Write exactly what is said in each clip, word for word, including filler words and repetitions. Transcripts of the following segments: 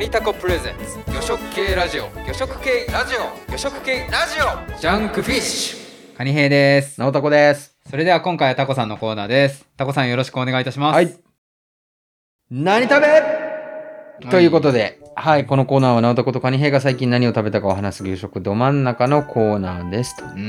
タコプレゼンツ魚食系ラジオ魚食系ラジオ魚食系ラジオジャンクフィッシュカニヘイです。 なおたこです。 それでは今回はタコさんのコーナーです。タコさんよろしくお願いいたします。 はい。何食べ、はい、ということで、はい、このコーナーはなおたことカニヘイが最近何を食べたかを話す魚食ど真ん中のコーナーですと。 うん、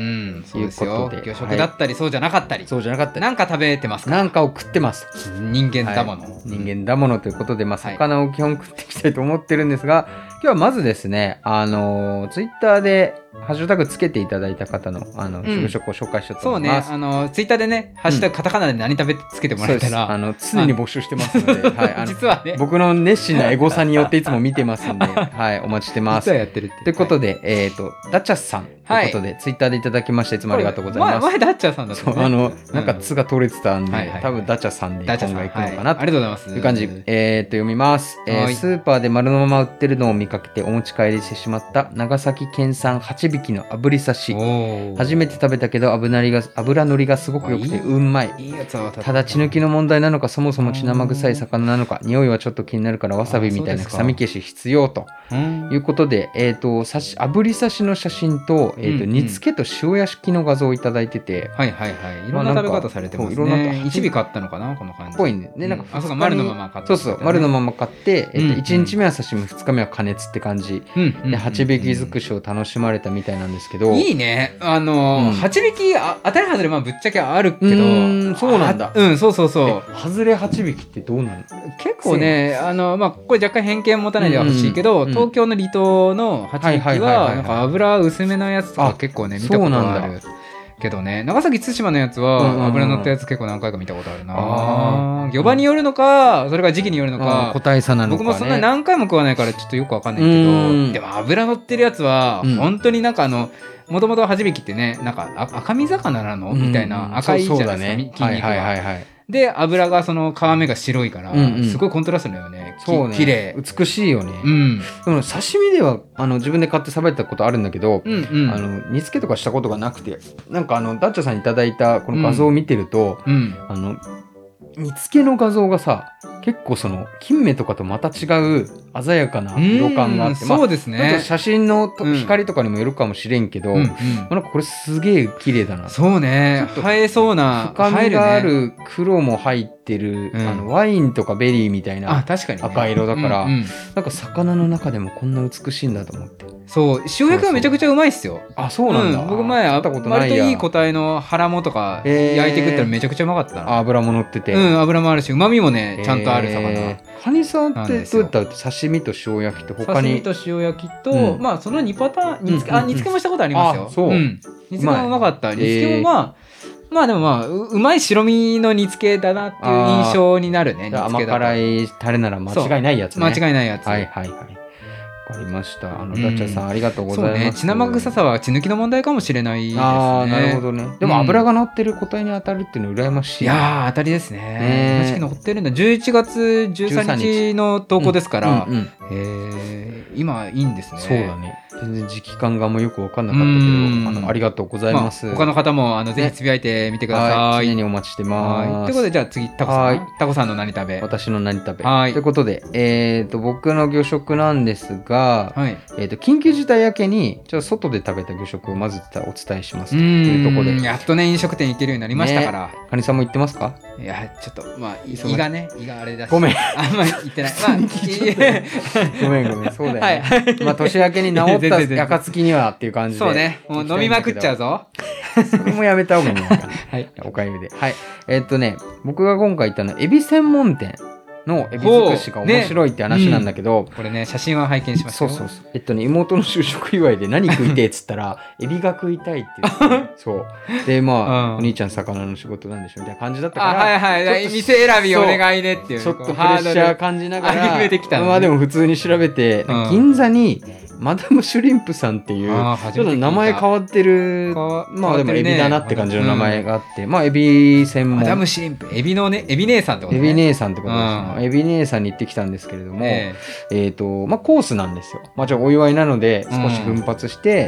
そうですよ。 いうことで魚食だったり、はい、そうじゃなかったり、 そうじゃなかったり、 なんか食べてますか？ なんかを食ってます。 人間だもの、はい、 人間だものということで、まあ魚を基本食っていきたいと思ってるんですが、はい、今日はまずですね、あのツイッターでハッシュタグつけていただいた方のあの魚食を紹介しようと思います。 そうね、あのツイッターでね、ハッシュタグカタカナで何食べつけてもらえたら、 あの常に募集してますので、はい、あの実はね、 僕の熱心なエゴさによっていつも見てますんで、はい、お待ちしてます。 実はやってるってということで、はい、えっ、ー、とダッチャスさんということで、はい、ツイッターでいただきましていつもありがとうございます。 前ダッチャさんだったね。 そう、あのなんかつが取れてたんで、 はいはいはい、 多分ダッチャさんで今後行くのかなと、 はい、ありがとうございます。 いう感じ。えー、と読みます、えー。スーパーで丸のまま売ってるのを見かけてお持ち帰りしてしまった長崎県産はちびきの炙り刺し。初めて食べたけど油のりが油のりがすごく良くてうんまい。いいやつはただ血抜きの問題なのか、そもそも血生臭い魚なのか、匂いはちょっと気になるからわさびみたいな臭み消し必要ということで、えー、と刺し炙り刺しの写真と、えーとうんうん、煮付けと塩焼きの画像をいただいてて、 はいはいはい、いろんな食べ方されてますね。一尾買ったのかなこの感じ。 ぽいね。 うん、 なんかあ、そうか、丸のまま買った、 ね。そうそう、丸のまま買って、えーとうんうん、いちにちめは刺身、ふつかめは加熱って感じ、うんうんうん、ではちびき尽くしを楽しまれたみたいなんですけど、 いいね。あのーうん、はちびきあ当たり外れまあぶっちゃけあるけど、うーん、そうなんだ。 うん、そうそうそう。 外れはちびきってどうなの？ 結構ね、あのまあこれ若干偏見持たないでほしいけど、うんうん、東京の離島のはちびきはなんか油薄めのやつとか結構ね見たことある。けどね、長崎対馬のやつは油乗ったやつ結構何回か見たことあるな。魚場によるのか、それが時期によるのか、 個体差なのか、ね、 僕もそんな何回も食わないからちょっとよくわかんないけど、でも油乗ってるやつは本当になんかあのもともとはちびきってね、なんか赤身魚なのみたいな赤いじゃないですか、筋肉が。で油がその皮目が白いから、うんうん、すごいコントラストだよね。そうね、綺麗、 美しいよね。うん、でも刺身ではあの自分で買ってさばいたことあるんだけど、うんうん、あの煮付けとかしたことがなくて、なんかあのダッチャさんにいただいたこの画像を見てると、うん、あの煮付けの画像がさ結構その金目とかとまた違う鮮やかな色感があって、 まあ、そうですね。 写真のと、うん、光とかにもよるかもしれんけど、うんうん、なんかこれすげえ綺麗だな。 そうね、映えそうな深みがある黒も入ってる、うん、あのワインとかベリーみたいな赤色だから、ね、うんうん、なんか魚の中でもこんな美しいんだと思って。 そう塩焼きはめちゃくちゃうまいっすよ。 あ、そうなんだ、うん、 僕前会ったことないや。割といい個体のハラモとか焼いて食ったらめちゃくちゃうまかったな。 あ、油も乗ってて、 うん、油もあるしうまみもねちゃんとある魚。 カニさんってどうやったら刺身と塩焼きと他に？ 刺身と塩焼きと、うん、まあそのにパターン煮付け、うんうんうん、あ煮付けもしたことありますよ。 あ、そう、うん、 煮付けもうまかった。煮付けもまあまあでもまあ う, うまい白身の煮付けだなっていう印象になるね。煮付けだと甘辛いタレなら間違いないやつね。 間違いないやつ。 はいはいはい。わかりました。あのダッチャさん、うん、ありがとうございます。 そうね、血生臭さは血抜きの問題かもしれないですね。 ああ、なるほどね。でも油が乗ってる個体に当たるっていうの羨ましい。 いやー当たりですね。時期乗ってるんだ。じゅういちがつじゅうさんにちの投稿ですから、うんうんうん、えー、今いいんですね。 そうだね。全然時期感があんまよく分かんなかったけど、あのありがとうございます。 まあ、他の方もあのぜひつぶやいてみてください。 はい、常にお待ちしてます。 ということでじゃあ次タコさん、タコさんの何食べ？ 私の何食べ？はい。ということで、えーと僕の魚食なんですが、はい、えーと緊急事態明けにちょっと外で食べた魚食をまずお伝えしますというところで、 やっとね飲食店行けるようになりましたから。ね、 カニさんも行ってますか？ いやちょっとまあ胃がね胃があれだし。 ごめん。 あんまり行ってない。まあごめんごめん、そうだよね。はい、まあ年明けに治った暁にはっていう感じで。 そうね。もう飲みまくっちゃうぞ。 それもやめた方がいいのかな。はい。おかゆで。はい。えー、っとね、僕が今回行ったのはエビ専門店のエビ尽くしが面白いって話なんだけど、 ね、うん、これね写真は拝見しましたよ。 そうそうそう。えっとね妹の就職祝いで何食いてえっつったらエビが食いたいって言って、ね、そうでまあ、うん、お兄ちゃん魚の仕事なんでしょみたいな感じだったから、 あ、はいはい、店選びお願いねっていう、 ちょっとプレッシャー感じながら、 めてきたのね、 まあでも普通に調べて、うん、銀座にマダムシュリンプさんっていうちょっと名前変わってる、まあでもエビだなって感じの名前があって、うん、まあエビ専門マダムシュリンプエビのねエビ姉さんってことね。 エビ姉さんってことですね、うん、エビ姉さんに行ってきたんですけれども、えー、えーとまあコースなんですよ。まあちょっとお祝いなので少し奮発して、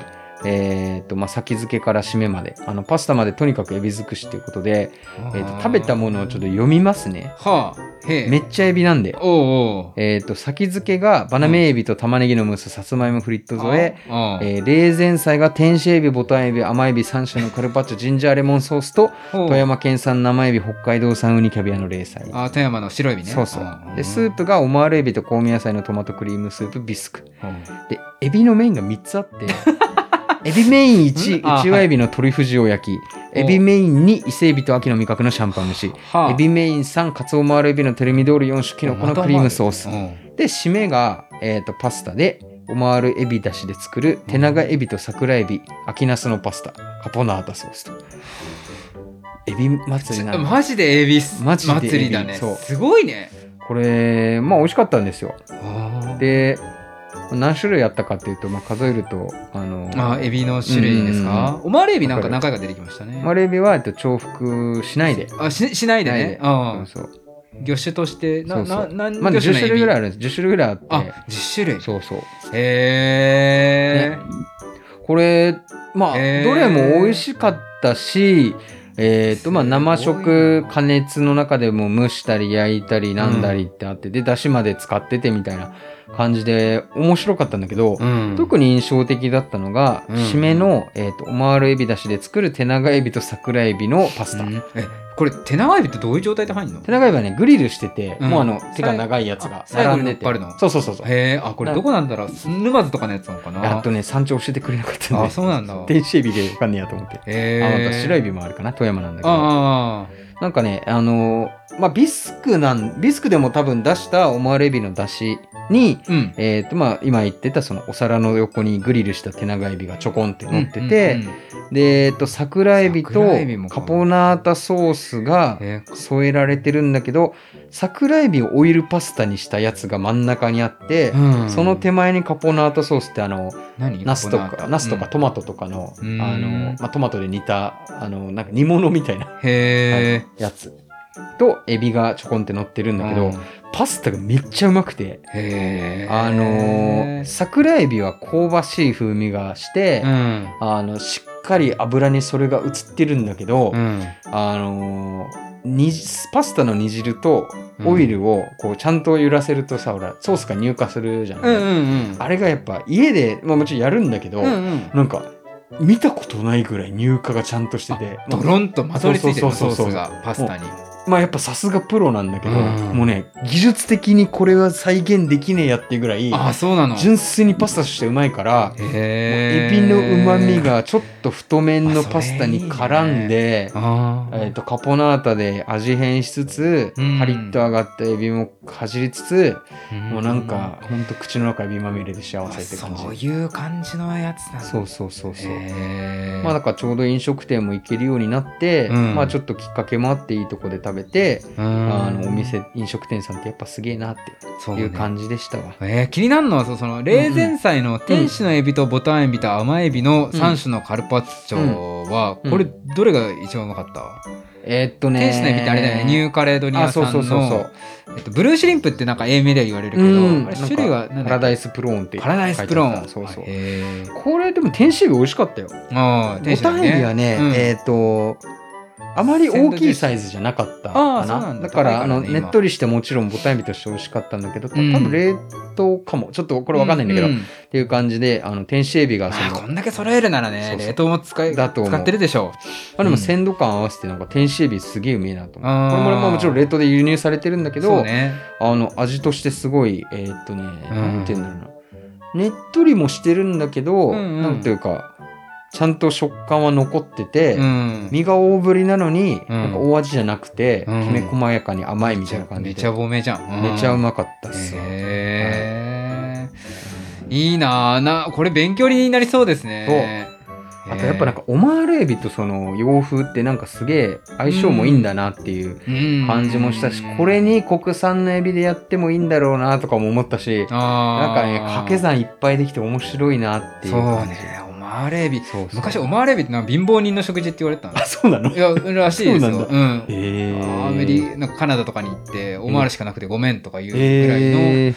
えーとまあ、先付けから締めまであのパスタまでとにかくエビ尽くしということで、えーと食べたものをちょっと読みますね。 はあ、へえ。 めっちゃエビなんで。 おうおう。 えーと先付けがバナメイエビと玉ねぎのムース、さつまいもフリット添え、えー、冷前菜が天使エビ、ボタンエビ、甘エビさん種のカルパッチョ、ジンジャーレモンソースと富山県産生エビ、北海道産ウニキャビアの冷菜。 あ、富山の白エビね。 そうそう。でスープがオマールエビと香味野菜のトマトクリームスープビスク。でエビのメインがみっつあってエビメインいち、うちわエビのトリュフ塩焼き、エビメインに伊勢エビと秋の味覚のシャンパン蒸し、エビメインさん、カツオマールエビのテルミドールよん種キノコのクリームソース。で締めが、えーとパスタでオマールエビだしで作る手長エビと桜エビ、秋ナスのパスタ、カポナータソースと。エビ祭りなの。 マジでエビマジでエビ祭りだね。 そうすごいね。 これまあ美味しかったんですよ。で何種類あったかっていうと、まあ、数えるとあのあエビの種類ですか。オマールエビなんか何回か出てきましたね。 オマールエビは、えっと、重複しないであ し, しないでね。 そうそう魚種としてなそうそうな何まだじゅっ種類ぐらいあるんです。じゅっ種類ぐらいあって。 あじゅっ種類。 そうそう。 へえ、 ね、これまあどれも美味しかったし、えーとまあ、生食加熱の中でも蒸したり焼いたりなんだりってあって、うん、で出汁まで使っててみたいな感じで面白かったんだけど、うん、特に印象的だったのが、うん、締めの、えーと、オマールエビだしで作る手長エビと桜エビのパスタ、うん、 えこれ手長エビってどういう状態で入るの？ 手長エビはねグリルしてて、うん、もうあの手が長いやつが並んでて、 最後に乗っ張るの？ そうそうそうそう。 へえ、あこれどこなんだろう、沼津とかのやつなのかな。 あとね山頂教えてくれなかったんで、 あそうなんだ。 天使エビでわかんねえやと思って。へえ。あまた白エビもあるかな、富山なんだけど。あなんかねあのー、まあビスクなんビスクでも多分出したオマールエビの出汁に、うん、えっとまあ今言ってたそのお皿の横にグリルした手長エビがちょこんって乗ってて、うんうんうん、でえっと桜エビとカポナータソースが添えられてるんだけど、桜エビをオイルパスタにしたやつが真ん中にあって、うん、その手前にカポナータソースってあのナスとかナスとかトマトとかの、うん、あのまあ、トマトで煮たあのなんか煮物みたいなへやつとエビがちょこんって乗ってるんだけど、うん、パスタがめっちゃうまくて、 へあのー、桜エビは香ばしい風味がして、うん、あのしっかり油にそれが移ってるんだけど、うん、あのー、にパスタの煮汁とオイルをこうちゃんと揺らせるとさ、ほらソースが乳化するじゃない、うんうんうん、あれがやっぱ家で、まあ、もちろんやるんだけど、うんうん、なんか見たことないぐらい乳化がちゃんとしててドロンとまとりついてるソースがパスタに。 まあやっぱさすがプロなんだけど、うん、もうね技術的にこれは再現できねえやっていうぐらい、 あそうなの純粋にパスタとしてうまいから、エビのうまみがちょっと太麺のパスタに絡んで、えー、とカポナータで味変しつつ、うん、カリッと揚がったエビもかじりつつ、うん、もうなんかほんと口の中エビまみれで幸せって感じ。 そういう感じのやつなんだ。 そうそうそうそう。まあだからちょうど飲食店も行けるようになって、うん、まあちょっときっかけもあっていいとこで食べて、あのお店飲食店さんってやっぱすげえなっていう感じでしたわ。 ねえー、気になるのはその冷前菜の天使のエビとボタンエビと甘エビのさん種のカルパッチョは、うんうん、これどれが一番うまかった？ えー、っとね天使のエビってあれだよね、ニューカレドニア産のそうそうそうそう、 えっと、ブルーシュリンプってなんか英名では言われるけど、うん、あれ種類はパラダイスプローンってパラダイスプローン、 そうそう、これでも天使エビ美味しかったよ。 あボタンエビはね、うん、えー、っとあまり大きいサイズじゃなかったかな。だからあのねっとりしてもちろんボタンエビとして美味しかったんだけど、多分冷凍かもちょっとこれ分かんないんだけど、うんうん、っていう感じであの天使エビがそのこんだけ揃えるならね、そうそう冷凍も使いだと使ってるでしょう。 あでも鮮度感合わせてなんか天使エビすげえうめえなと思う。これももちろん冷凍で輸入されてるんだけど、ね、あの味としてすごいえー、っとね、うん、なんていうんだろうな、ねっとりもしてるんだけど、うんうん、なんていうかちゃんと食感は残ってて、うん、身が大ぶりなのに、うん、なんか大味じゃなくて、うん、きめ細やかに甘いみたいな感じでめちゃごめじゃん、 うん、めちゃうまかったっす。 へー、はい、いいなな、これ勉強になりそうですね。 そうあとやっぱなんかオマールエビとその洋風ってなんかすげえ相性もいいんだなっていう感じもしたし、これに国産のエビでやってもいいんだろうなとかも思ったし、なんかね掛け算いっぱいできて面白いなっていう感じ。 そうね、オマールエビ、そうそう昔オマールエビってなんか貧乏人の食事って言われてたの。 あ、そうなの？ いやらしいですよ。 そうなんだ。うん、 へー、アメリカなんかカナダとかに行ってオマールしかなくてごめんとか言うぐらいの、えー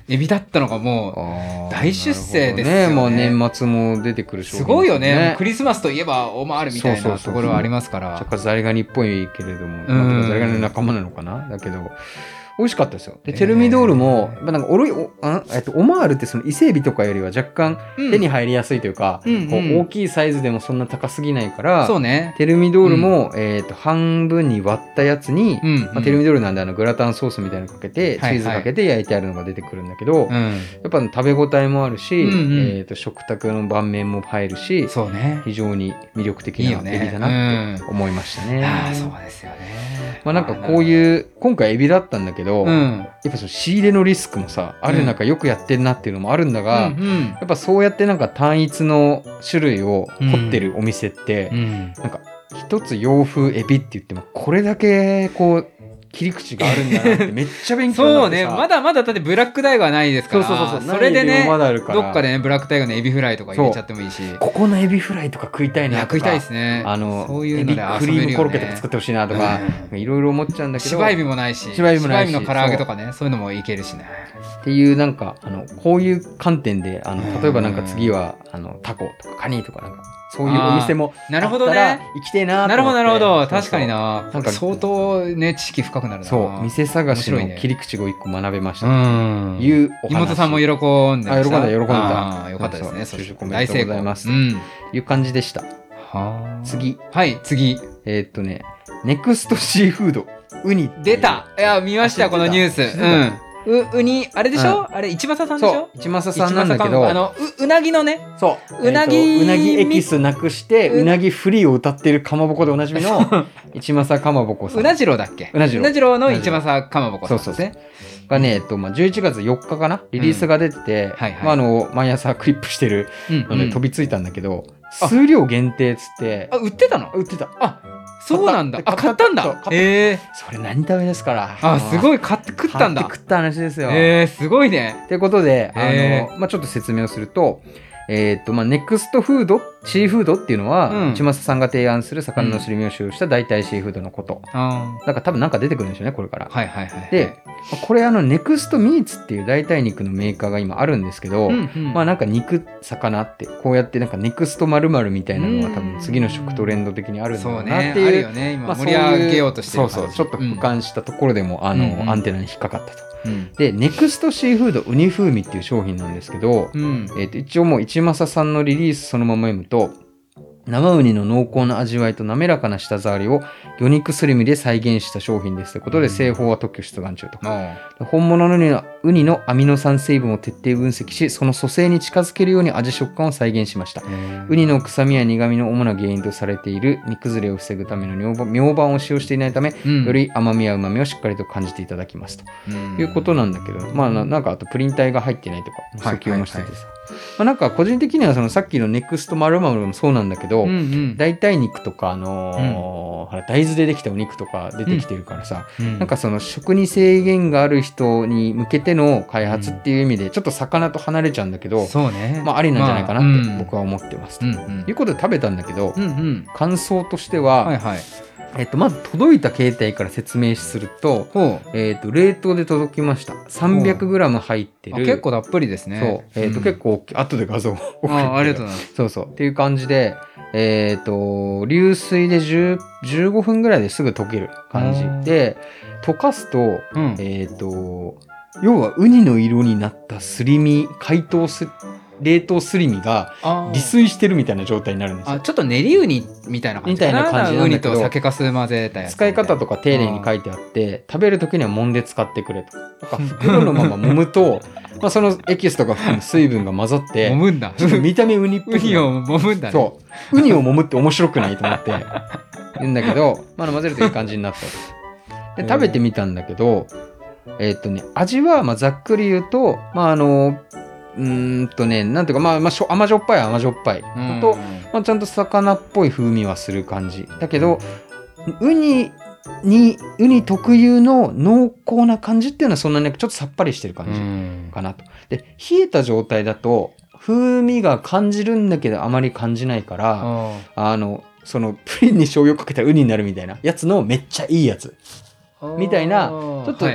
エビだったのがもう大出世ですよね。 ね、もう年末も出てくる商品、ね、 すごいよね。クリスマスといえばオマールみたいなところはありますから。 若干ザリガニっぽいけれども、まあ、ザリガニの仲間なのかな、だけど美味しかったですよ。で、テルミドールも、えー、なんかおろいおあ、えっと、オマールってその伊勢エビとかよりは若干手に入りやすいというか、うん、こう大きいサイズでもそんな高すぎないから、 そうね、 テルミドールも、うん、えっと半分に割ったやつに、うんまあ、テルミドールなんであのグラタンソースみたいなのかけて、チーズかけて焼いてあるのが出てくるんだけど、はいはい、やっぱ食べ応えもあるし、うんうん、えっと食卓の盤面も入るし、 そうね、 非常に魅力的なエビだなって思いましたね。いいよね、 うん、あ、そうですよね。 まあなんかこういう今回エビだったんだけど、うん、やっぱその仕入れのリスクもさある中よくやってんなっていうのもあるんだが、うんうん、やっぱそうやってなんか単一の種類を掘ってるお店って、うん、なんか一つ洋風エビって言ってもこれだけこう切り口があるんだなってめっちゃ勉強になってさそうね、まだまだだってブラックタイガーないですから、 そうそうそうそう、 それでね、 まだあるからどっかでねブラックタイガーのエビフライとか入れちゃってもいいし、 ここのエビフライとか食いたいなとか、 食いたいですね、 あのそういうので遊べるよね、 エビクリームコロッケとか作ってほしいなとか、うん、いろいろ思っちゃうんだけど、 芝エビもないし、 芝エビもないし、 芝エビの唐揚げとかね、そういうのもいけるしねっていうなんかあのこういう観点であの例えばなんか次はあのタコとかカニとかなんかそういうお店もあったら行きてえなと思って。 なるほどなるほど、確かにな。なんか相当ね知識深くなるな。 そう店探しの切り口を一個学べましたね。というお話。 妹さんも喜んでました。 あ、喜んだ喜んだ。 よかったですね。 就職おめでとうございます。という感じでした。 は次。 はい次。 えーっとねネクストシーフードウニ出た。いや見ましたこのニュース。うん。う、うに、あれでしょ、うん、あれ、市政さんでしょ、 市政さんなんだけど、 あの、う、うなぎのね、 そう。 うなぎ、えー、うなぎエキスなくして、うなぎフリーを歌っているかまぼこでおなじみの、市政かまぼこさん。 うなじろうだっけうなじろう。 うなじろうの市政かまぼこさんですね。 そうそうそう。がね、えっと、まあ、じゅういちがつよっかかな、リリースが出てて、うんはいはい、まあ、あの、毎朝クリップしてるので飛びついたんだけど、うんうん、数量限定っつって。 あ、売ってたの売ってた。 あ、そうなんだ。あ、買ったんだ。 へえ。それ何食べですから。 あ、すごい買って食ったんだ。 買って食った話ですよ。 へえ、すごいね。 ってことで、あの、まあ、ちょっと説明をすると、えっと、まあ、ネクストフード、シーフードっていうのは、うん、市政さんが提案する魚のすり身を使用した代替シーフードのこと。うん、だから多分なんか出てくるんでしょうね、これから。 はいはいはい。 で、これあの、ネクストミーツっていう代替肉のメーカーが今あるんですけど、うんうん、まあなんか肉、魚って、こうやってなんかネクスト〇〇みたいなのは多分次の食トレンド的にあるんだろうなっていう。そうね、あるよね、今盛り上げようとしてる感じ。 そうそう、ちょっと俯瞰したところでも、うん、あの、うんうん、アンテナに引っかかったと。うん、でネクストシーフードウニ風味っていう商品なんですけど、うん、えー、と一応もう市政さんのリリースそのまま読むと生ウニの濃厚な味わいと滑らかな舌触りを魚肉すり身で再現した商品ですということで、製法は特許出願中と、うん、本物のウニのウニのアミノ酸成分を徹底分析し、その組成に近づけるように味食感を再現しました。ウニの臭みや苦みの主な原因とされている煮崩れを防ぐための明板を使用していないため、うん、より甘みや旨みをしっかりと感じていただきますと、うん、いうことなんだけど、まあなんかあとプリン体が入ってないとか訴求もしててさ、はいはいはい、まあ、なんか個人的にはそのさっきのネクスト〇〇もそうなんだけど、うんうん、代替肉とか、あのーうん、大豆でできたお肉とか出てきてるからさ、うん、なんかその食に制限がある人に向けての開発っていう意味でちょっと魚と離れちゃうんだけど、 そうね、 まあありなんじゃないかなって僕は思ってますと、うんうん、いうことで食べたんだけど、うんうん、感想としては、はいはい、えっと、まず届いた形態から説明すると、えっと、冷凍で届きました。さんびゃくグラム 入ってる。 結構たっぷりですね。 そう。えっと、うん、結構大きい。後で画像を送って。 あ、ありがとうございます。 そうそう。っていう感じで、えっと、流水でじゅう、じゅうごふんぐらいですぐ溶ける感じで、溶かすと、うん、えっと、要はウニの色になったすり身、解凍す、冷凍すり身が離水してるみたいな状態になるんですよ。 あ、ちょっと練りウニみたいな感じかな。 みたいな感じなんだけど、 ウニと酒粕混ぜたやつ。 使い方とか丁寧に書いてあって、食べるときには揉んで使ってくれと。だから袋のまま揉むと、まあそのエキスとか含む水分が混ざって、 揉むんだ。 ちょっと見た目ウニっぽい。 ウニを揉むんだね。 そう。ウニを揉むって面白くないと思って言うんだけど、まあ混ぜるといい感じになったと。で、食べてみたんだけど、えーっとね、味はまあざっくり言うと、まああの、うーんとね、なんていうか、まあ、まあ、しょ甘じょっぱい甘じょっぱい。あと、まあ、ちゃんと魚っぽい風味はする感じ。だけど、ウニに、ウニ特有の濃厚な感じっていうのはそんなにちょっとさっぱりしてる感じかなと。で、冷えた状態だと、風味が感じるんだけどあまり感じないから、あの、そのプリンに醤油をかけたウニになるみたいなやつのめっちゃいいやつ。みたいな、ちょっと、はい、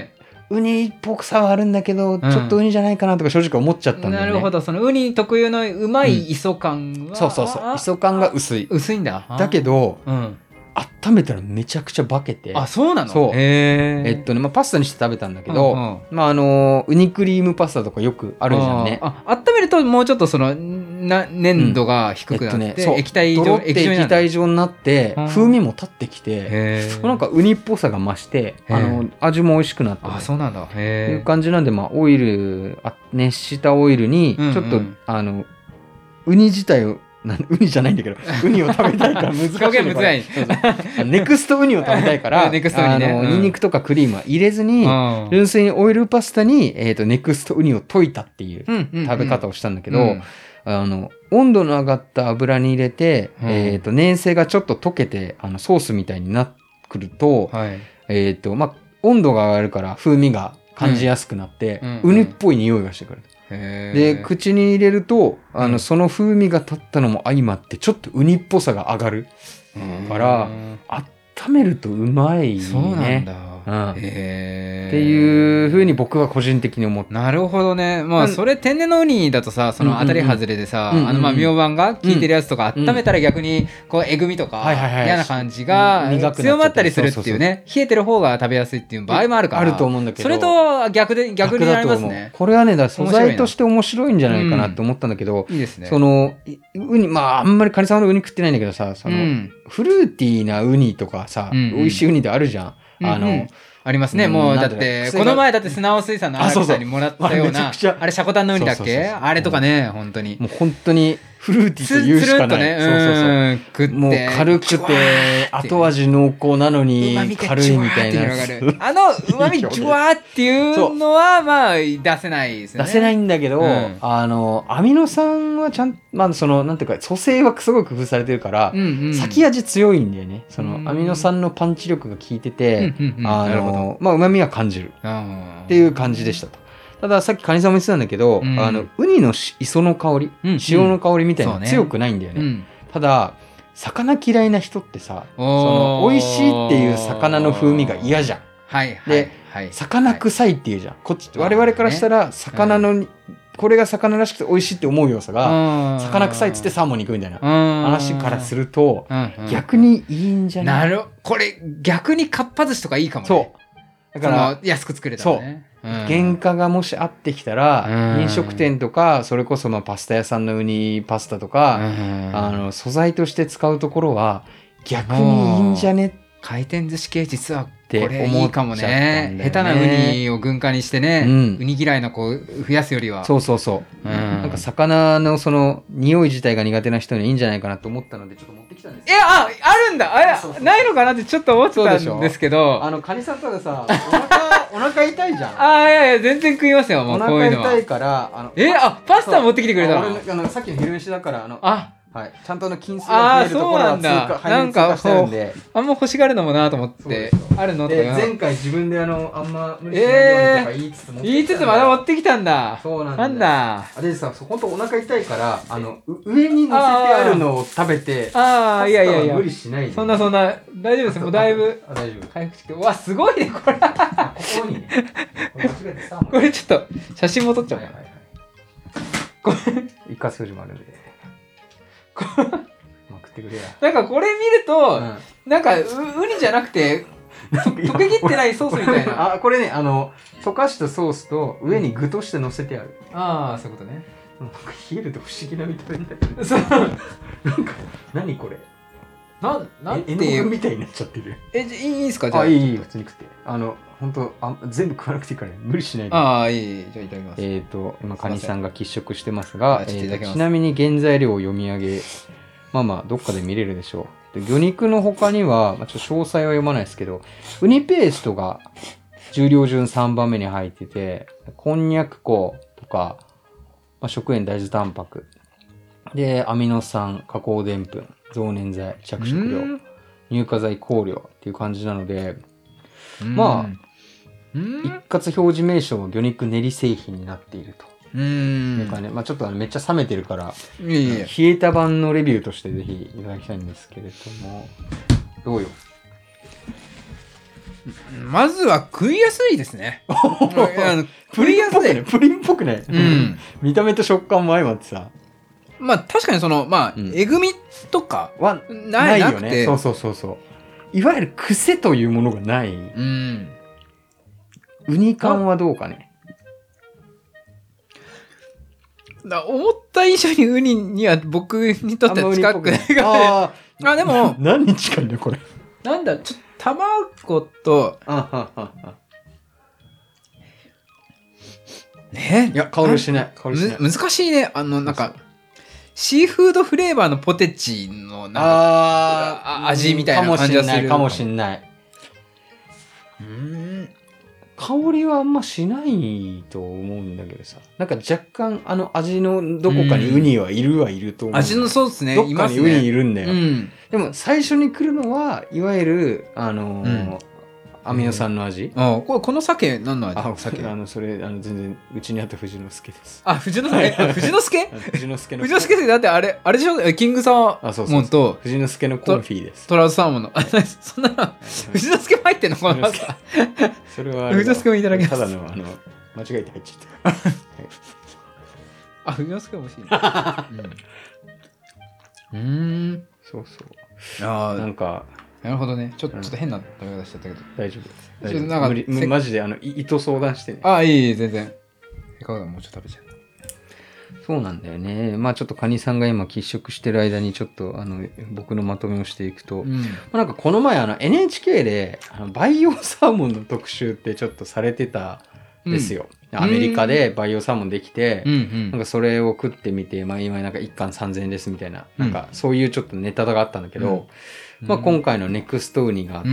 ウニっぽくさはあるんだけど、うん、ちょっとウニじゃないかなとか正直思っちゃったんだよね。 なるほど、そのウニ特有のうまい磯感は、 うん、そうそうそう、磯感が薄い。 薄いんだ。 だけど、うん、温めたらめちゃくちゃ化けて。 あ、そうなの？ そう。えっとね、まあ、パスタにして食べたんだけど、うんうん、まあ、あの、ウニクリームパスタとかよくあるじゃんね。 あ、温めるともうちょっとその、な粘度が低くなって、うんえっとね、そう液体状、 液状液体状になって、風味も立ってきて、なんかウニっぽさが増して、あの、味も美味しくなった、ね。 あ、そうなんだ。 へー。いう感じなんで、まあ、オイル、あ熱したオイルに、ちょっと、うんうん、あの、ウニ自体を、ウニじゃないんだけど、ウニを食べたいから難しい。 表現難しい。ネクストウニを食べたいから、 ネクストウニね、 あの、ニンニクとかクリームは入れずに、うん、純粋にオイルパスタに、えっと、ネクストウニを溶いたっていう食べ方をしたんだけど、うんうんうん、あの、温度の上がった油に入れて、うん、えっと、粘性がちょっと溶けて、あの、ソースみたいになってくると、はい、えっと、まあ、温度が上がるから風味が感じやすくなって、うんうんうん、ウニっぽい匂いがしてくる。で口に入れるとあの、うん、その風味が立ったのも相まってちょっとウニっぽさが上がるから温めるとうまいね。 そうなんだ、 うん、へっていう風に僕は個人的に思って。 なるほどね。まあそれ天然のウニだとさ、その当たり外れでさ、うんうんうん、あのまあミョウバンが効いてるやつとか、うん、温めたら逆にこうえぐみとか、はいはいはい、嫌な感じが強まったりするっていうね、冷えてる方が食べやすいっていう場合もあるから、 あると思うんだけど、 それと逆で逆になりますね。 これはね、だ素材として面白いんじゃないかなって思ったんだけど、 うん、いいですね。 そのウニ、まああんまりカニさんのウニ食ってないんだけどさ、その、うん、フルーティーなウニとかさ、うんうん、美味しいウニであるじゃん。あの、うんうん、ありますね。もうだってこの前だって砂尾水産の荒木さんにもらったような、あれシャコタンのウニだっけ？あれとかね、本当にもう本当にフルーティーと言うしかない。 ね、そうそうそう。食ってもう軽くて後味濃厚なのに軽いみたいな。 あの旨味ジュワーっていうのはまあ出せないですよね。 出せないんだけど、うん、あのアミノ酸はちゃんまあそのなんていうか組成はすごく工夫されてるから、うんうん、先味強いんだよね。そのアミノ酸のパンチ力が効いてて、うんうんうん、あのまあ旨味は感じるっていう感じでしたと。たださっきカニさんも言ってたんだけど、うん、あのウニの磯の香り、うん、塩の香りみたいなの強くないんだよね。うん、ただ魚嫌いな人ってさ、その美味しいっていう魚の風味が嫌じゃん。 はいはい、 で、はい、魚臭いっていうじゃん。こっち我々からしたら魚の、ね、これが魚らしくて美味しいって思う要素が魚臭いっつってサーモンに行くみたいな話からすると逆にいいんじゃない？ なるこれ逆にかっぱ寿司とかいいかもね。そうだから安く作れたらね。 うん、原価がもしあってきたら、うん、飲食店とかそれこそまあパスタ屋さんのウニパスタとか、うん、あの素材として使うところは逆にいいんじゃね？ 回転寿司系実はこれいいかも ね, ね下手なウニを軍艦にしてね、うん、ウニ嫌いの子増やすよりはそうそうそう、うん、なんか魚のその匂い自体が苦手な人にはいいんじゃないかなと思ったのでちょっと持ってきたんですよ。 えああるんだあそうそうないのかなってちょっと思ってたんですけど、 あのカニさんとかさお腹お腹痛いじゃん。 あいやいや全然食いますよもうこういうのは。 お腹痛いからあのえあパスタ持ってきてくれたの？ 俺あのさっきの昼飯だからあのあはい、ちゃんとの金数が増えるところは通過入り通過してるんで、あんま欲しがるのもなと思ってあるのとか前回自分であのあんま無理しないようにとか言いつつも、 えー、言いつつまだ持ってきたんだ。 そうなんだ。 なんだあれさ本当お腹痛いからあの上に乗せてあるのを食べてああいやいやいや無理しないで。 そんなそんな大丈夫ですもうだいぶあ大丈夫回復してうわすごいねこれここにねこれちょっと写真も撮っちゃおうかな、はいはいはい、 これ一括表示もあるんでなんかこれ見ると、うん、なんか ウ, ウニじゃなくて溶けきってないソースみたいなあこれねあの溶かしたソースと上に具として乗せてある、 うん、ああそういうことね。 なんか冷えると不思議な見た目だけどそうなんか何これななんていう絵の具みたいになっちゃってる。 えじゃいいですかじゃあいいいい普通に食ってあの本当あ全部食わなくていいから、ね、無理しないで。 ああいいじゃあいただきます。 えっ、ー、と今カニさんが喫食してますが、えー、ちなみに原材料を読み上げまあまあどっかで見れるでしょう。で魚肉の他には、まあ、ちょっと詳細は読まないですけどウニペーストが重量順さんばんめに入っててこんにゃく粉とか、まあ、食塩大豆タンパクでアミノ酸加工でんぷん増粘剤着色料乳化剤香料っていう感じなのでまあ一括表示名称は魚肉練り製品になっていると。うんいうかね、まあ、ちょっとあのめっちゃ冷めてるからいやいや冷えた版のレビューとしてぜひいただきたいんですけれどもどうよ。 まずは食いやすいですね。 プリンっぽくね、プリンっぽくね、 うん、 見た目と食感も相まってさ、 まあ確かにそのまあ、うん、えぐみとかはないよね。そうそうそうそう。いわゆる癖というものがない。うん。ウニ感はどうかね。 だ思った以上にウニには僕にとっては近くないから。ああでも何に近いんだよこれ。 なんだちょっと卵とあはははねいや香りしない香りしない。 難しいね。あのなんかシーフードフレーバーのポテチのなんかあ味みたいな感じがするかもしんない。うーん香りはあんましないと思うんだけどさ、なんか若干あの味のどこかにウニはいるはいると思う。 味のそうですね。 どっかにウニいるんだよ。 うん、 でも最初に来るのはいわゆるあのーうんアミノ酸の味。 うん、あこれこの鮭何の味？ あ鮭あのそれあの全然うちにあった藤之助です。 あ藤之助藤之助藤之助の藤之助だってあれあれでしょキングサーモンと藤之助のコンフィです。 トラウトサーモンのそんな藤之助も入ってんのこの中。 それは藤之助もいただきます。 ただのあの間違えて入っちゃった。 あ藤之助も美味しい、ね。うん。うんそうそう。ああなんか。 なるほどね。ちょっと、うん、ちょっと変な食べ方しちゃったけど。 大丈夫です。大丈夫なんか無理マジであの胃と相談してね。 ああ、いいいい、全然。いかがだもうちょっと食べちゃう。 そうなんだよね。まあちょっとカニさんが今喫食してる間にちょっとあの僕のまとめをしていくと、うん、まあ、なんかこの前あの エヌエイチケー であの培養サーモンの特集ってちょっとされてたんですよ。うん、アメリカで培養サーモンできて、うんうん、なんかそれを食ってみて、まあ今なんかいっ貫さんぜんえんですみたいな、うん、なんかそういうちょっとネタがあったんだけど、うんまあ、今回のネクストウニがあって、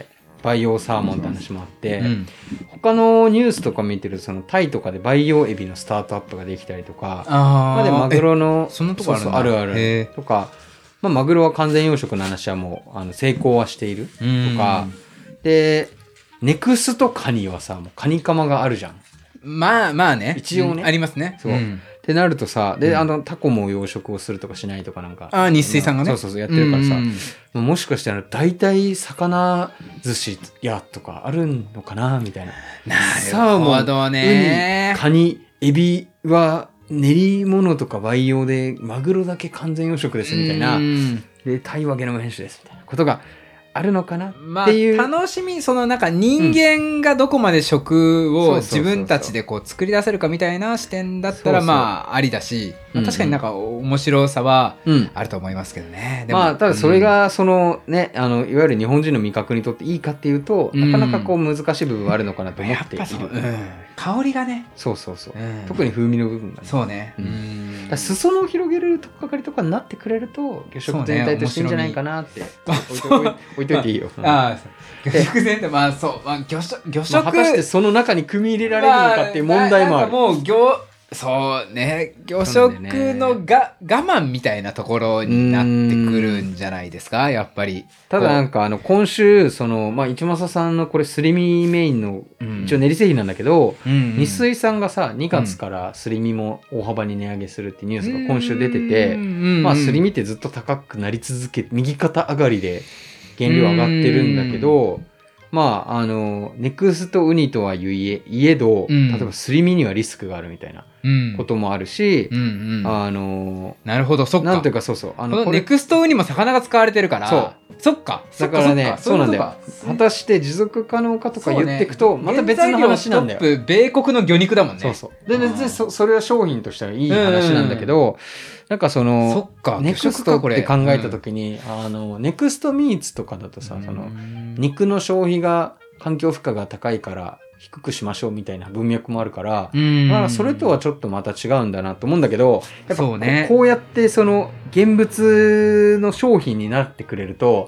うん、培養サーモンって話もあって、うん、他のニュースとか見てるそのタイとかで培養エビのスタートアップができたりとか、あまあ、でマグロのそんなとこあるんだ。 そうそうあるあるとか、まあ、マグロは完全養殖の話はもうあの成功はしているとか、でネクストカニはさもうカニカマがあるじゃん。 まあまあね一応ね、 うん、ありますね。 そう、うんってなるとさ、で、うん、あの、タコも養殖をするとかしないとかなんか。 ああ、日水さんがね。 そうそうそう、やってるからさ、うん、もしかしてあの、大体魚寿司やとかあるのかなみたいな。 なるほどね。 ウニ、カニ、エビは練り物とか培養で、マグロだけ完全養殖ですみたいな。で、タイはゲノム編集ですみたいなことがあるのかなっていう、 まあ、楽しみそのなんか人間がどこまで食を自分たちでこう作り出せるかみたいな視点だったらまあありだし、まあ、確かになんか面白さはあると思いますけどね、 うん、でもまあただそれがそのね、うん、あのいわゆる日本人の味覚にとっていいかっていうと、うん、なかなかこう難しい部分はあるのかなと思っている、うん、 香りがねそうそうそう、うん、特に風味の部分がねそうね、 うん、だ裾野を広げるとこかかりとかになってくれると魚食全体としていいんじゃないかなって、ね、置いといていいよあ魚食全体まあそう、まあ、魚食魚食、 まあ、果たしてその中に組み入れられるのかっていう問題もある、 まあ、もう魚そうね魚食のが、ね、我慢みたいなところになってくるんじゃないですかやっぱり。 ただなんかあの今週その、まあ、一政さんのこれすり身メインの、うん、一応練り製品なんだけど、うんうん、日水さんがさにがつからすり身も大幅に値上げするってニュースが今週出てて、うん、まあすり身ってずっと高くなり続け右肩上がりで原料上がってるんだけど、まああのネクストウニとは言えいえど、うん、例えばすり身にはリスクがあるみたいなこともあるし、うんうんうん、あのなるほどそっかなんていうかそうそうあのこのネクストウニも魚が使われてるからそうそっかだからねそうなんだよ果たして持続可能かとか言っていくと、ね、また別の話なんだよ。 トップ米国の魚肉だもんね。 そうそうで別に そ, それは商品としてはいい話なんだけど、うんなんかそのそっかネクストって考えた時に、うん、あのネクストミーツとかだとさ、うん、その肉の消費が環境負荷が高いから低くしましょうみたいな文脈もあるから、うん、まあそれとはちょっとまた違うんだなと思うんだけどやっぱこう、ね、こうやってその現物の商品になってくれると、うん、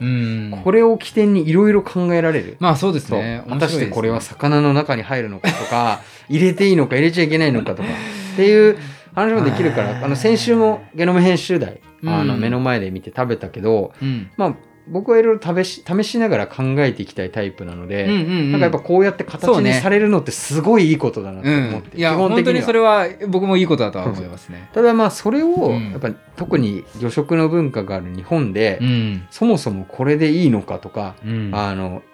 これを起点にいろいろ考えられる。 まあそうですね。 果たしてこれは魚の中に入るのかとか入れていいのか入れちゃいけないのかとかっていう話もできるからあの先週もゲノム編集台、うん、あの目の前で見て食べたけど、うん、まあ僕はいろいろ試し、試しながら考えていきたいタイプなので、うんうんうん、なんかやっぱこうやって形にされるのってすごいいいことだなと思って、 うん、いや基本的には本当にそれは僕もいいことだとは思いますね。 ただまあそれをやっぱり特に魚食の文化がある日本で、うん、そもそもこれでいいのかとか、うん、あの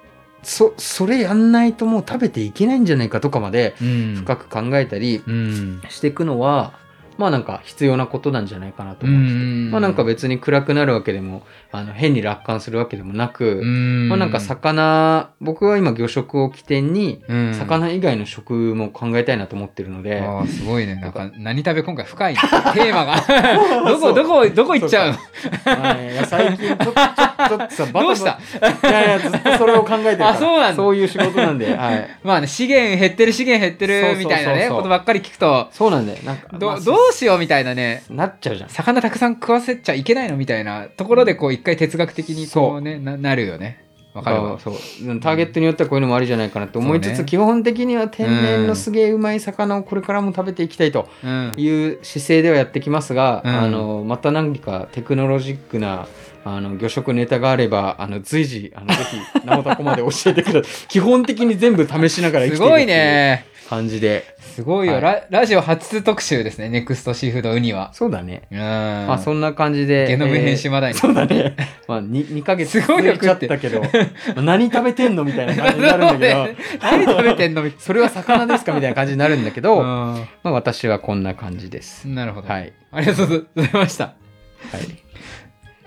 そそれやんないともう食べていけないんじゃないかとかまで深く考えたりしていくのは、まあなんか必要なことなんじゃないかなと思ってて、まあなんか別に暗くなるわけでもあの変に楽観するわけでもなく、まあなんか魚、僕は今魚食を起点に魚以外の食も考えたいなと思ってるので、 ああすごいね。なんか何食べ今回深い、ね、テーマがどこどこどこ行っちゃうの？ いや最近ちょっとちょっとさバタバタどうした？ いやいやずっとそれを考えてるから。 あそうなんだ。 そういう仕事なんで、はい、 まあね資源減ってる資源減ってるみたいなねことばっかり聞くと、 そうなんだよ。なんかど、 まあ、 どうしようみたいなねなっちゃうじゃん。 魚たくさん食わせちゃいけないのみたいなところでこう一回哲学的にこうね な, なるよね。わかるわ。 そうターゲットによってはこういうのもありじゃないかなって思いつつ、ね、基本的には天然のすげえうまい魚をこれからも食べていきたいという姿勢ではやってきますが、うん、あのまた何かテクノロジックなあの魚食ネタがあればあの随時あのぜひ直太こまで教えてください。基本的に全部試しながら生きていくっていう感じで。 すごいよ、はい、ラ, ラジオ初特集ですね。ネクストシーフードウニは。 そうだね。 うん、 まあそんな感じでゲノム編集まだに、 えー、そうだね。まあ 2, にかげつ続いちゃったけど何食べてんのみたいな感じになるんだけど何食べてんのみたいなそれは魚ですかみたいな感じになるんだけど、まあ、私はこんな感じです。 なるほど、 はい、 ありがとうございました。はい、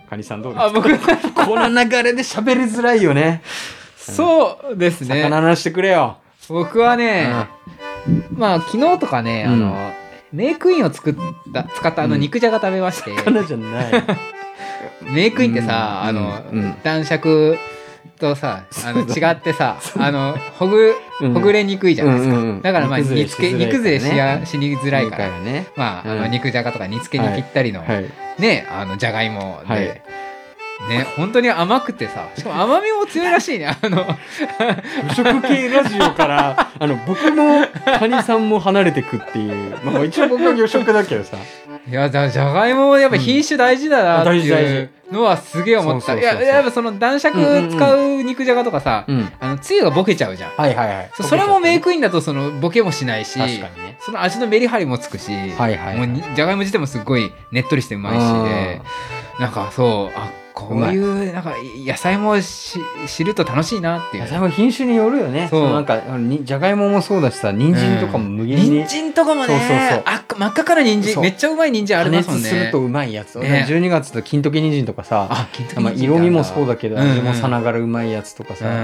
カニさんどうですか？あ僕この流れで喋りづらいよね。 そうですね。 魚話してくれよ。 僕はね、うん、まあ昨日とかね、うん、あのメークインを作った使ったあの肉じゃが食べまして、うん、 魚じゃないメークインってさ、うん、あの、うん、男爵とさあの違ってさあのほぐほぐれにくいじゃないですか、うんうんうん、だからまあ煮付け煮崩れしやしにづらいから、ね、まあ、うん、あの肉じゃがとか煮付けにぴったりの、はい、ねあのじゃがいもで、はいね、本当に甘くてさ、しかも甘みも強いらしいね。あの魚食系ラジオからあの僕もカニさんも離れてくっていう、まあ、一応僕は魚食だけどさ、 いやだじゃがいももやっぱ品種大事だなっていうのはすげえ思った。いややっぱその男爵使う肉じゃがとかさ、うんうん、あのつゆがボケちゃうじゃん。 はいはいはい。 そ, それもメイクインだとそのボケもしないし、 確かにね、 その味のメリハリもつくし、はいはいはい、もうじゃがいも自体もすごいねっとりしてうまいしで、なんかそうあこういうなんか野菜もし知ると楽しいなっていう。 野菜も品種によるよね。そうなんかじゃがいももそうだしさ、人参とかも無限に、 うん、人参とかもね、そうそうそう、あ真っ赤から人参めっちゃうまい人参ありますもんね。 加熱するとうまいやつ、ね、じゅうにがつと金時人参とかさ、 あ金時人参、まあ、色味もそうだけど味もさながらうまいやつとかさ、うん、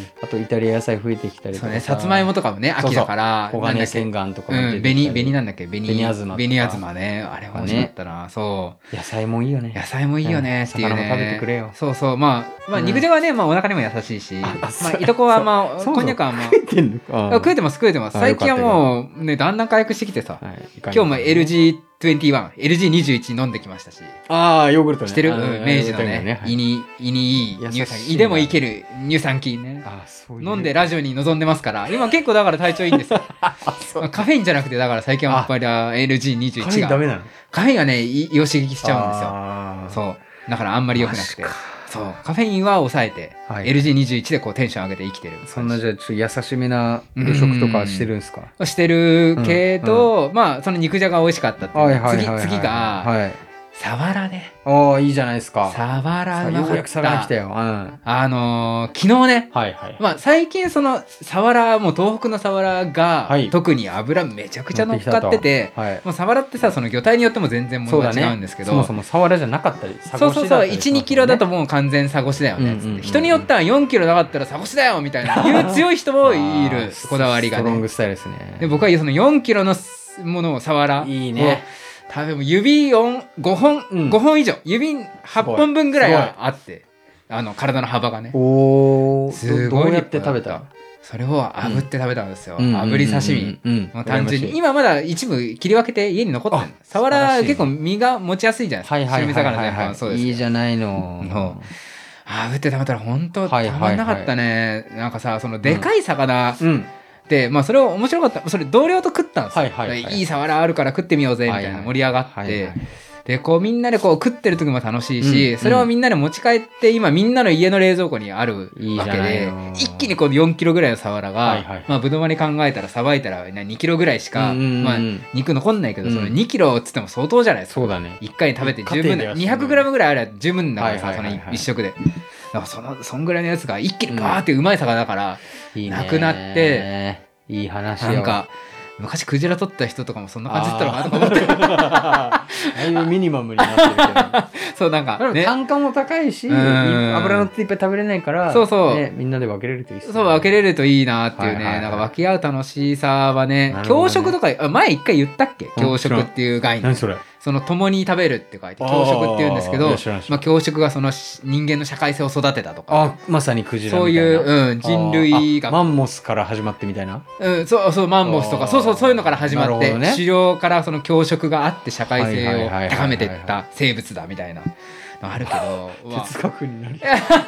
あとイタリア野菜増えてきたりとかさ、 そうね、さつまいもとかもね秋だから黄金千貫とかも出てきたり、 うん、紅紅なんだっけ紅紅あずま紅あずまね、あれ美味しかったな、ね、そう野菜もいいよね。 野菜もいいよねっていうね、 魚も食べてくれよ。 そうそう、まあ、まあ、肉じゃがはね、まあ、お腹にも優しいし、まあ、いとこはまあこんにゃくはまあ食えてんのか。 食えてます食えてます。最近はもうねだんだん回復してきてさ、はい、今日も エルジーにじゅういち エルジーにじゅういち 飲んできましたし。 ああヨーグルトね。 してる、うん、明治のね、胃に胃にいい乳酸菌、胃でもいける乳酸菌ね。あそういう飲んでラジオに臨んでますから、今結構だから体調いいんですよ。カフェインじゃなくてだから最近はやっぱり エルジーにじゅういち がカフェインダメなの？ カフェインはね胃を刺激しちゃうんですよ。そうだからあんまり良くなくて。そうカフェインは抑えて、はい、エルジーにじゅういち でこうテンション上げて生きてる。 そんなじゃあちょっと優しめな魚食とかしてるんですか？ してるけど、うんうん、まあその肉じゃが美味しかったっていう、はいはいはいはい、次次が、はい、サワラね。 ああいいじゃないですか。 サワラうまかった。 ようやくサワラ来たよ、うん、 あのー、昨日ね、はいはい、まあ、最近そのサワラもう東北のサワラが、はい、特に脂めちゃくちゃ乗っかってて、はい、もうサワラってさその魚体によっても全然ものが違うんですけど、 そ,、ね、そもそもサワラじゃなかったりサゴシだったり、 そうそうそう いちにキロだともう完全サゴシだよね、うんうんうんうん、人によってはよんキロなかったらサゴシだよみたいないう強い人もいるこだわりがね。 ストロングスタイルですね。 で僕はそのよんキロのものをサワラいいね、 多分指よん ごほん、うん、ごほん以上指はっぽんぶんぐらいあってあの体の幅がね。 おーすごい。 どうやって食べた？ それを炙って食べたんですよ、うん、炙り刺身、うんうん、単純に今まだ一部切り分けて家に残ってる。サワラ結構身が持ちやすいじゃないですか、はいはいはいはいはい、白身魚全般そうですけど。 いいじゃないの。 炙って食べたら本当たまんなかったね、はいはいはい、なんかさそのでかい魚、うんうんでまあ、それを面白かった。それ同僚と食ったんですよ、はいはいはい、いいサワラあるから食ってみようぜみたいな盛り上がって、はいはいはいはい、でこうみんなでこう食ってる時も楽しいし、うん、それをみんなで持ち帰って今みんなの家の冷蔵庫にあるわけで、一気にこうよんキロぐらいのサワラが、はいはい、まあぶどまに考えたらさばいたらにキロぐらいしか、うんうんうんまあ、肉残んないけど、うん、そのにキロっつっても相当じゃないですか。 そうだね。 いっかいに食べて十分だ。にひゃくグラムぐらいあれば十分だからさ、はいはいはいはい、その一食で。 なんかそのそんぐらいのやつが一気にバーってうまい魚だから、うん、なくなっていい話よ。 なんか昔クジラ取った人とかもそんな感じだったのかなとか思ってだいぶミニマムになってるけどそうなんか、ね、 単価も高いし油のっていっぱい食べれないからそうそう、 ね、みんなで分けれるといいっすね。 そう分けれるといいなっていうね、はいはいはい、なんか分け合う楽しさはね、共食とか前一回言ったっけ、共食っていう概念。 何それ。 その共に食べるって書いて共食って言うんですけど、まあ、共食がその人間の社会性を育てたとか、 あまさにクジラみたいな、 そういう、うん、人類がマンモスから始まってみたいな、 うん、そうそうマンモスとかそうそうそういうのから始まって、ね、狩猟からその共食があって社会性を高めていった生物だみたいなあるけど哲学になり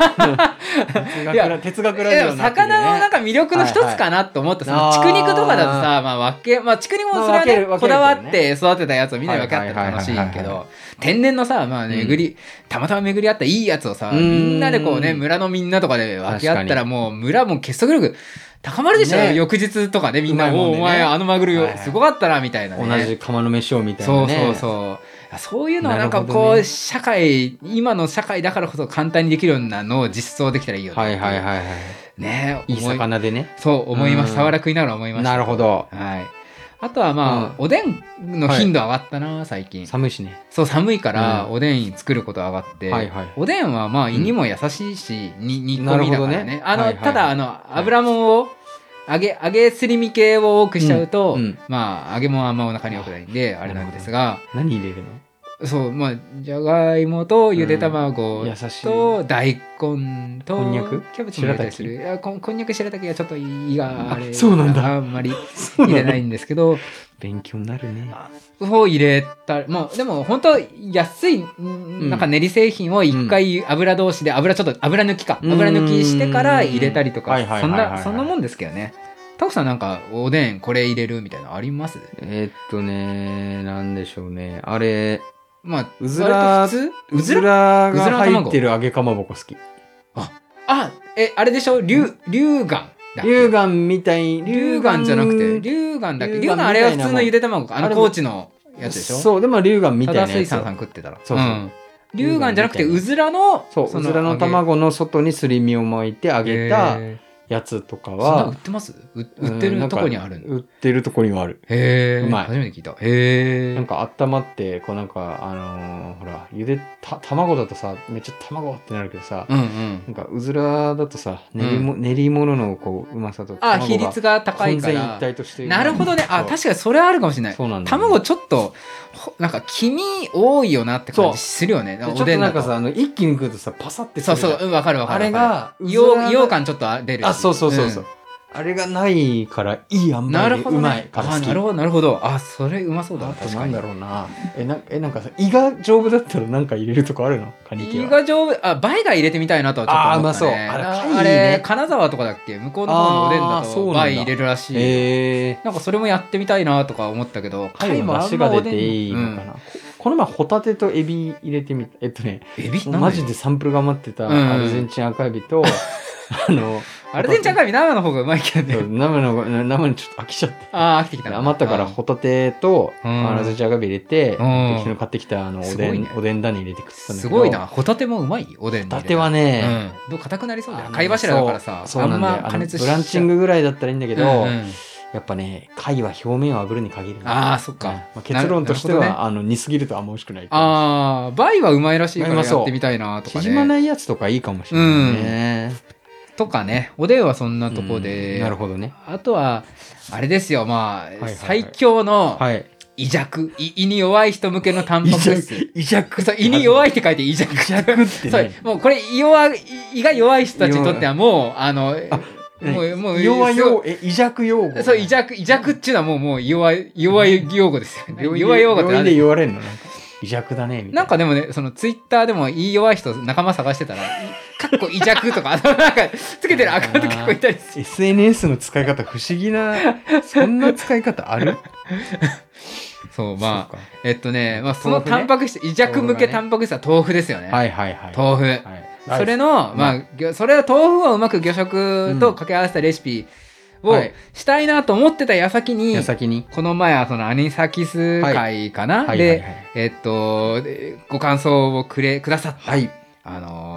哲学ラジオになってるね。魚のなんか魅力の一つかなと思って、はいはい、その畜肉とかだとさ、まあ分けまあ畜肉もそれはね、まあ、こだわって育てたやつをみんなで分け合ったら楽しいけど、天然のさまあ巡り、うん、たまたま巡り合ったいいやつをさみんなでこうね村のみんなとかで分け合ったらもう村も結束力高まるでしょ、ね、翌日とかねみんな、ね、お, お前あのマグロすごかったなみたいな、ね、 同じ釜の飯をみたいなね。 そうそうそうそういうのはなんかこう、ね、社会今の社会だからこそ簡単にできるようなのを実装できたらいいよね。 はいはいはいはい。 ねいい魚でね。 そう思います。さわら食いながら思いました。 なるほど。 はい。あとはまあ、うん、おでんの頻度上がったな、はい、最近。 寒いしね。 そう寒いから、うん、おでん作ること上がって、はいはい、おでんはまあ胃にも優しいし、うん、に煮込みだからね。ねあの、はいはい、ただあの油もんを、はい揚げ揚げすり身系を多くしちゃうと、うんうん、まあ揚げもあんまお腹に良くないんであれなんですが、 何入れるの？ そうまあじゃがいもとゆで卵と大根とこんにゃくキャベツも入れたりする。いやここんにゃく白滝はちょっと胃があれそうなんだあんまり入れないんですけど勉強になるね。 を入れたまあでも本当安いなんか練り製品を一回油通しで油ちょっと油抜きか油抜きしてから入れたりとかそんなそんなもんですけどね。タクさんなんかおでんこれ入れるみたいなのあります？ えー、っとねなんでしょうねあれまあうずらうずらが入ってる揚げかまぼこ好き。 ああえあれでしょ龍龍眼龍眼みたい龍眼じゃなくて龍眼だっけ龍眼あれは普通のゆで卵かあの高知のやつでしょ。 そうでも龍眼みたいなやつ水産さん食ってたらそうそう、うん龍眼じゃなくてうずらのそううずらの卵の外にすり身を巻いて揚げたやつとかはそんな売ってます？売ってるとこにあるの？ 売ってるとこにはある。 へえ。 うまい。 初めて聞いた。へえ。 なんか温まってこうなんかあのー、ほらゆでた卵だとさめっちゃ卵ってなるけどさ、 うんうん、 なんかうずらだとさ練りも、うん、練り物のこううまさとあ比率が高いから混然一体としてなるほどね。あ確かにそれはあるかもしれない。 そうなんだ、ね、 卵ちょっとなんか黄身多いよなって感じするよね。 おでんなんかさあの一気に食うとさパサってするじゃん。 そうそうわ、うん、かるわかる。 あれが硫黄感ちょっと出るし。 あそうそうそうそう。うんあれがないからいい塩梅でうまいから好き。 なるほどなるほど。あそれうまそうだ。 あとなんだろうな。えなえなんかさ胃が丈夫だったらなんか入れるとこあるの？カニ系は。 胃が丈夫あバイが入れてみたいなとはちょっと思ったね。 あまあそう。 あれあれ金沢とかだっけ向こうの方のおでんだとバイ入れるらしい。 へなんかそれもやってみたいなとか思ったけど。 貝も足が出ていいのかな。うん、この前ホタテとエビ入れてみた。えっとねエビマジでサンプルが余ってたアルゼンチン赤エビと、うん、あの。 アルゼンチン赤エビ生の方がうまいけどね。 生の生にちょっと飽きちゃって。 ああ飽きてきた。 余ったからホタテとアルゼンチン赤エビ入れて、適当に買ってきたあのおでん、ね、おでんだに入れて食ってたんだけど。 すごいな。ホタテもうまいおでんに。 ホタテはね、 うん、どう硬くなりそうだよ。貝柱だからさ。 そうなんだよ。加熱しブランチングぐらいだったらいいんだけど、うんうん、やっぱね貝は表面を炙るに限る。 ああそっか。 まあ、結論としては、ね、あの煮すぎるとあんま美味しくない。 ああバイはうまいらしいからやってみたいなとかね。 縮まないやつとかいいかもしれないね。うんとかねおでんはそんなとこで、 うん、なるほどね。 あとはあれですよまあ、はいはいはい、最強の胃弱、胃に弱い人向けのタンパク質胃弱そう胃に弱いって書いて胃弱胃弱ってねもうこれ胃弱胃が弱い人たちにとってはもうあのもうもう弱い用え胃弱用語そう胃弱胃弱っていうのはもうもう弱い弱い用語ですよね。弱い用語って病院で言われるのなんか胃弱だねみたいな。 なんかでもねそのツイッターでも胃弱い人仲間探してたらかっこ胃弱とかなんかつけてるアカウント結構いたりする。 エスエヌエス の使い方不思議なそんな使い方あるそうまあえっとね、まあ、そのタンパク質、ね、胃弱向けタンパク質は豆腐ですよね。 はいはいはい豆腐、はい、それの、まあ、それを豆腐をうまく魚食と掛け合わせたレシピをしたいなと思ってた矢先に、 矢先にこの前はそのアニサキス会かな、はい、で、はいはいはい、えっとご感想をくれくださった、 はい、 あのー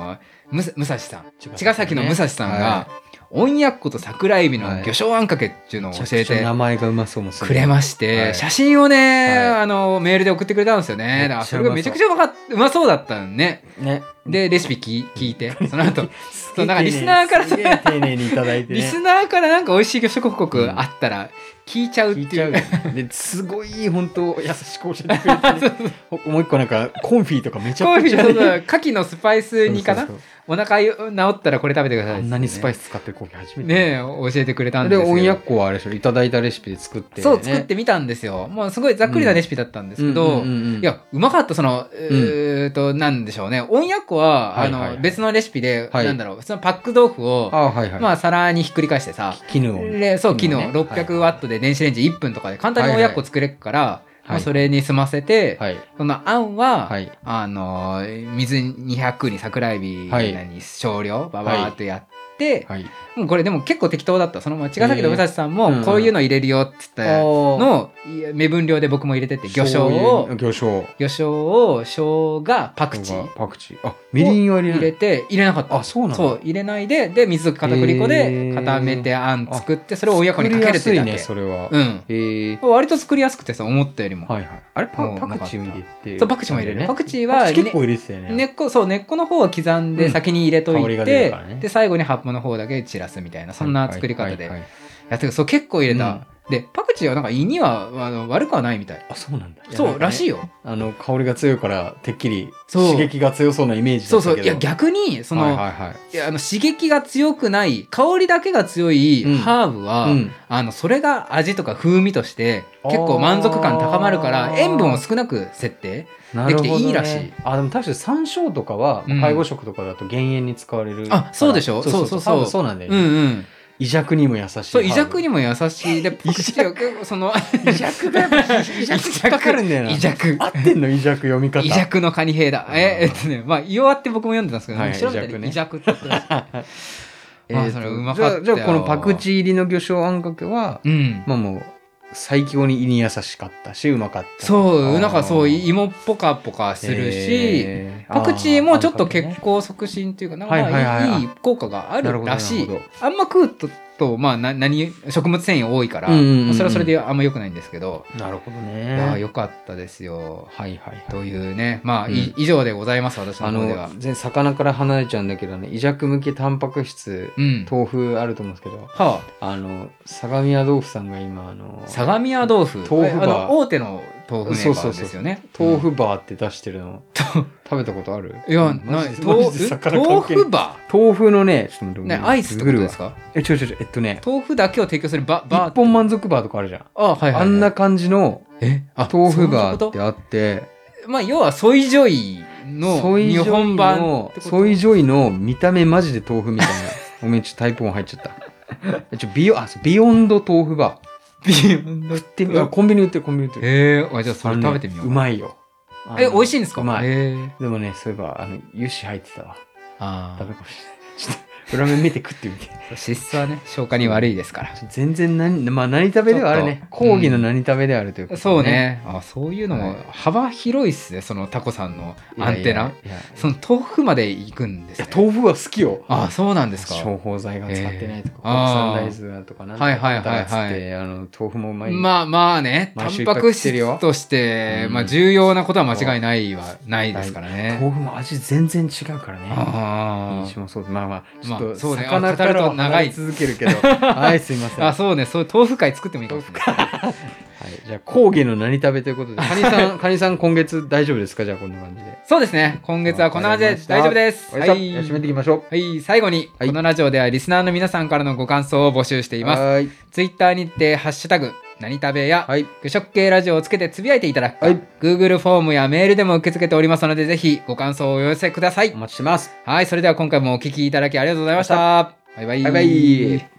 む武蔵さん、茅ヶ崎の武蔵さんが、はい、温やっこと桜エビの魚醤あんかけっていうのを教えて名前がうまそうもくれまして、はい、写真をね、はい、あのメールで送ってくれたんですよね。だからそれがめちゃくちゃうまかうまそうだったのね。ねでレシピ聞聞いてその後そうなんかリスナーからすげえ丁寧にいただいて、ね、 リスナーからなんか美味しい魚食報告あったら聞いちゃうっていう、 うん、ですごい本当優しく教えてくれて、ね、もう一個なんかコンフィとかめちゃくちゃ、ね、 コンフィそうそう牡蠣のスパイス煮かな。そうそうそうお腹治ったらこれ食べてください、ね、 あんなにスパイス使ってるコンフィ初めてねえ教えてくれたんですよ。 で温やっこはあれでしょいただいたレシピで作って、ね、 そう作ってみたんですよ。もうすごいざっくりなレシピだったんですけど、いやうまかった。その、うん、えーとなんでしょうね温やっこは、はいはいはい、あの別のレシピで、はい、なんだろうそのパック豆腐をあ、はいはい、まあ皿にひっくり返してさ絹をでそう絹を、ね、ろっぴゃくワットで電子レンジいっぷんとかで簡単に温やっこ作れるから、はいはいまあ、それに済ませて、はい、そのあんは、はい、あの水にひゃくに桜エビに少量ババーっとやって、はい、もうこれでも結構適当だった。その茅ヶ崎の武蔵さんもこういうの入れるよって言ったのを目分量で僕も入れてて魚醤を魚醤魚醤を生姜パクチーパクチーあみりんは入れない入れて入れなかった。 あそうなんだ。 そう入れないでで水と片栗粉で固めてあん作ってそれを親子にかけるってだけ。 ねそれは。 うんへ割と作りやすくてさ思ったよりも。 はいはい。あれ パ, パクチーも入れてそうパクチーも入れるね。パクチーは結構入れてたよね。 根っこそう根っこの方は刻んで先に入れといて、うんね、で最後に葉っぱの方だけ散らすみたいなそんな作り方でやってる。そう結構入れた。うんでパクチーはなんか胃にはあの悪くはないみたい。 あそうなんだ。 そう、 ね、 らしいよ。 あの香りが強いからてっきり刺激が強そうなイメージだったけど。 そうそういや逆にその、はいはいはい、いやあの刺激が強くない香りだけが強いハーブは、うん、あのそれが味とか風味として結構満足感高まるから塩分を少なく設定できていいらしい。 あでも確かに山椒とかは、うん、介護食とかだと減塩に使われる。 あそうでしょ。そうそうそうそう。 そうなんだよね。 うんうん胃弱にも優しい。 そう胃弱にも優しい。でパクチーその胃弱がやっぱ胃弱引っかかるんだよな。 胃弱合ってんの胃弱読み方。 胃弱のカニ兵だ。ええっとねまあ胃弱って僕も読んでたんですけど、 はい、 調べたら胃弱って言ってました。 えー、それうまかったよ。じゃあこのパクチー入りの魚醤あんかけは、うん、まあもう最強に胃に優しかったしうまかった。 そうなんかそう芋ポカポカするし、えー、パクチーもちょっと血行促進っていうかなんかいい効果があるらしい。あんま食うととまあな何食物繊維多いから、うんうんうん、それはそれであんま良くないんですけど。 なるほどね。 いや良かったですよ。 はいはい、はい、 というねまあ、うん、以上でございます。私の方では。 あの全魚から離れちゃうんだけどね胃弱向けタンパク質、うん、豆腐あると思うんですけど、はあ、あの相模屋豆腐さんが今あの相模屋豆腐豆腐バーあの大手の豆腐メーカーですよね。 そうそうそう豆腐バーって出してるの、うん、食べたことある？ いやない豆腐バー豆腐のねちょっと待ってねアイスってことですか？ えちょちょちょえっとね豆腐だけを提供するバー一本満足バーとかあるじゃん。 あ、はいはいはい、 あんな感じのえあ豆腐バーってあってまあ要はソイジョイの日本版のソイジョイの見た目マジで豆腐みたいなごめんちょっとタイプ音入っちゃったちょビヨあビヨンド豆腐バービヨンドってコンビニ売ってるコンビニ売ってる。 へえじゃあそれ食べてみよう。 うまいよ。 え美味しいんですか？ うまい。でもねそういえばあの油脂入ってたわ。ああダメかもしれない。ちょっと裏面見て食ってみて。 脂質はね消化に悪いですから。 全然何まあ何食べではあるね。講義の何食べであるということ、ね、 そうね。あそういうのも幅広いっすね。そのタコさんのアンテナ。いやいやいやその豆腐まで行くんですね。 いや豆腐は好きよ。 あそうなんですか。 消泡剤が使ってないとか、国産大豆とかなんとかだっつってあの豆腐もうまい。 まあまあね。タンパク質として、うん、まあ重要なことは間違いないはないですからね。 豆腐も味全然違うからね。ああ。もそうまあまあちょっと、まあ、そうね。魚からは長い続けるけどはいすいません。 あそうねそういう豆腐会作ってもいいかもしれない。 はいじゃあ講義の何食べということでカニさんカニさん今月大丈夫ですか？じゃあこんな感じで。 そうですね今月はこんな感じで大丈夫です。 はい、締めていきましょう。 はい最後に、はい、このラジオではリスナーの皆さんからのご感想を募集しています。はいツイッターにてハッシュタグ何食べや、はい、魚食系ラジオをつけてつぶやいていただくか、はい、Google フォームやメールでも受け付けておりますのでぜひご感想をお寄せください。 お待ちしてます。 はいそれでは今回もお聞きいただきありがとうございました。バイバイ。 バイバイ。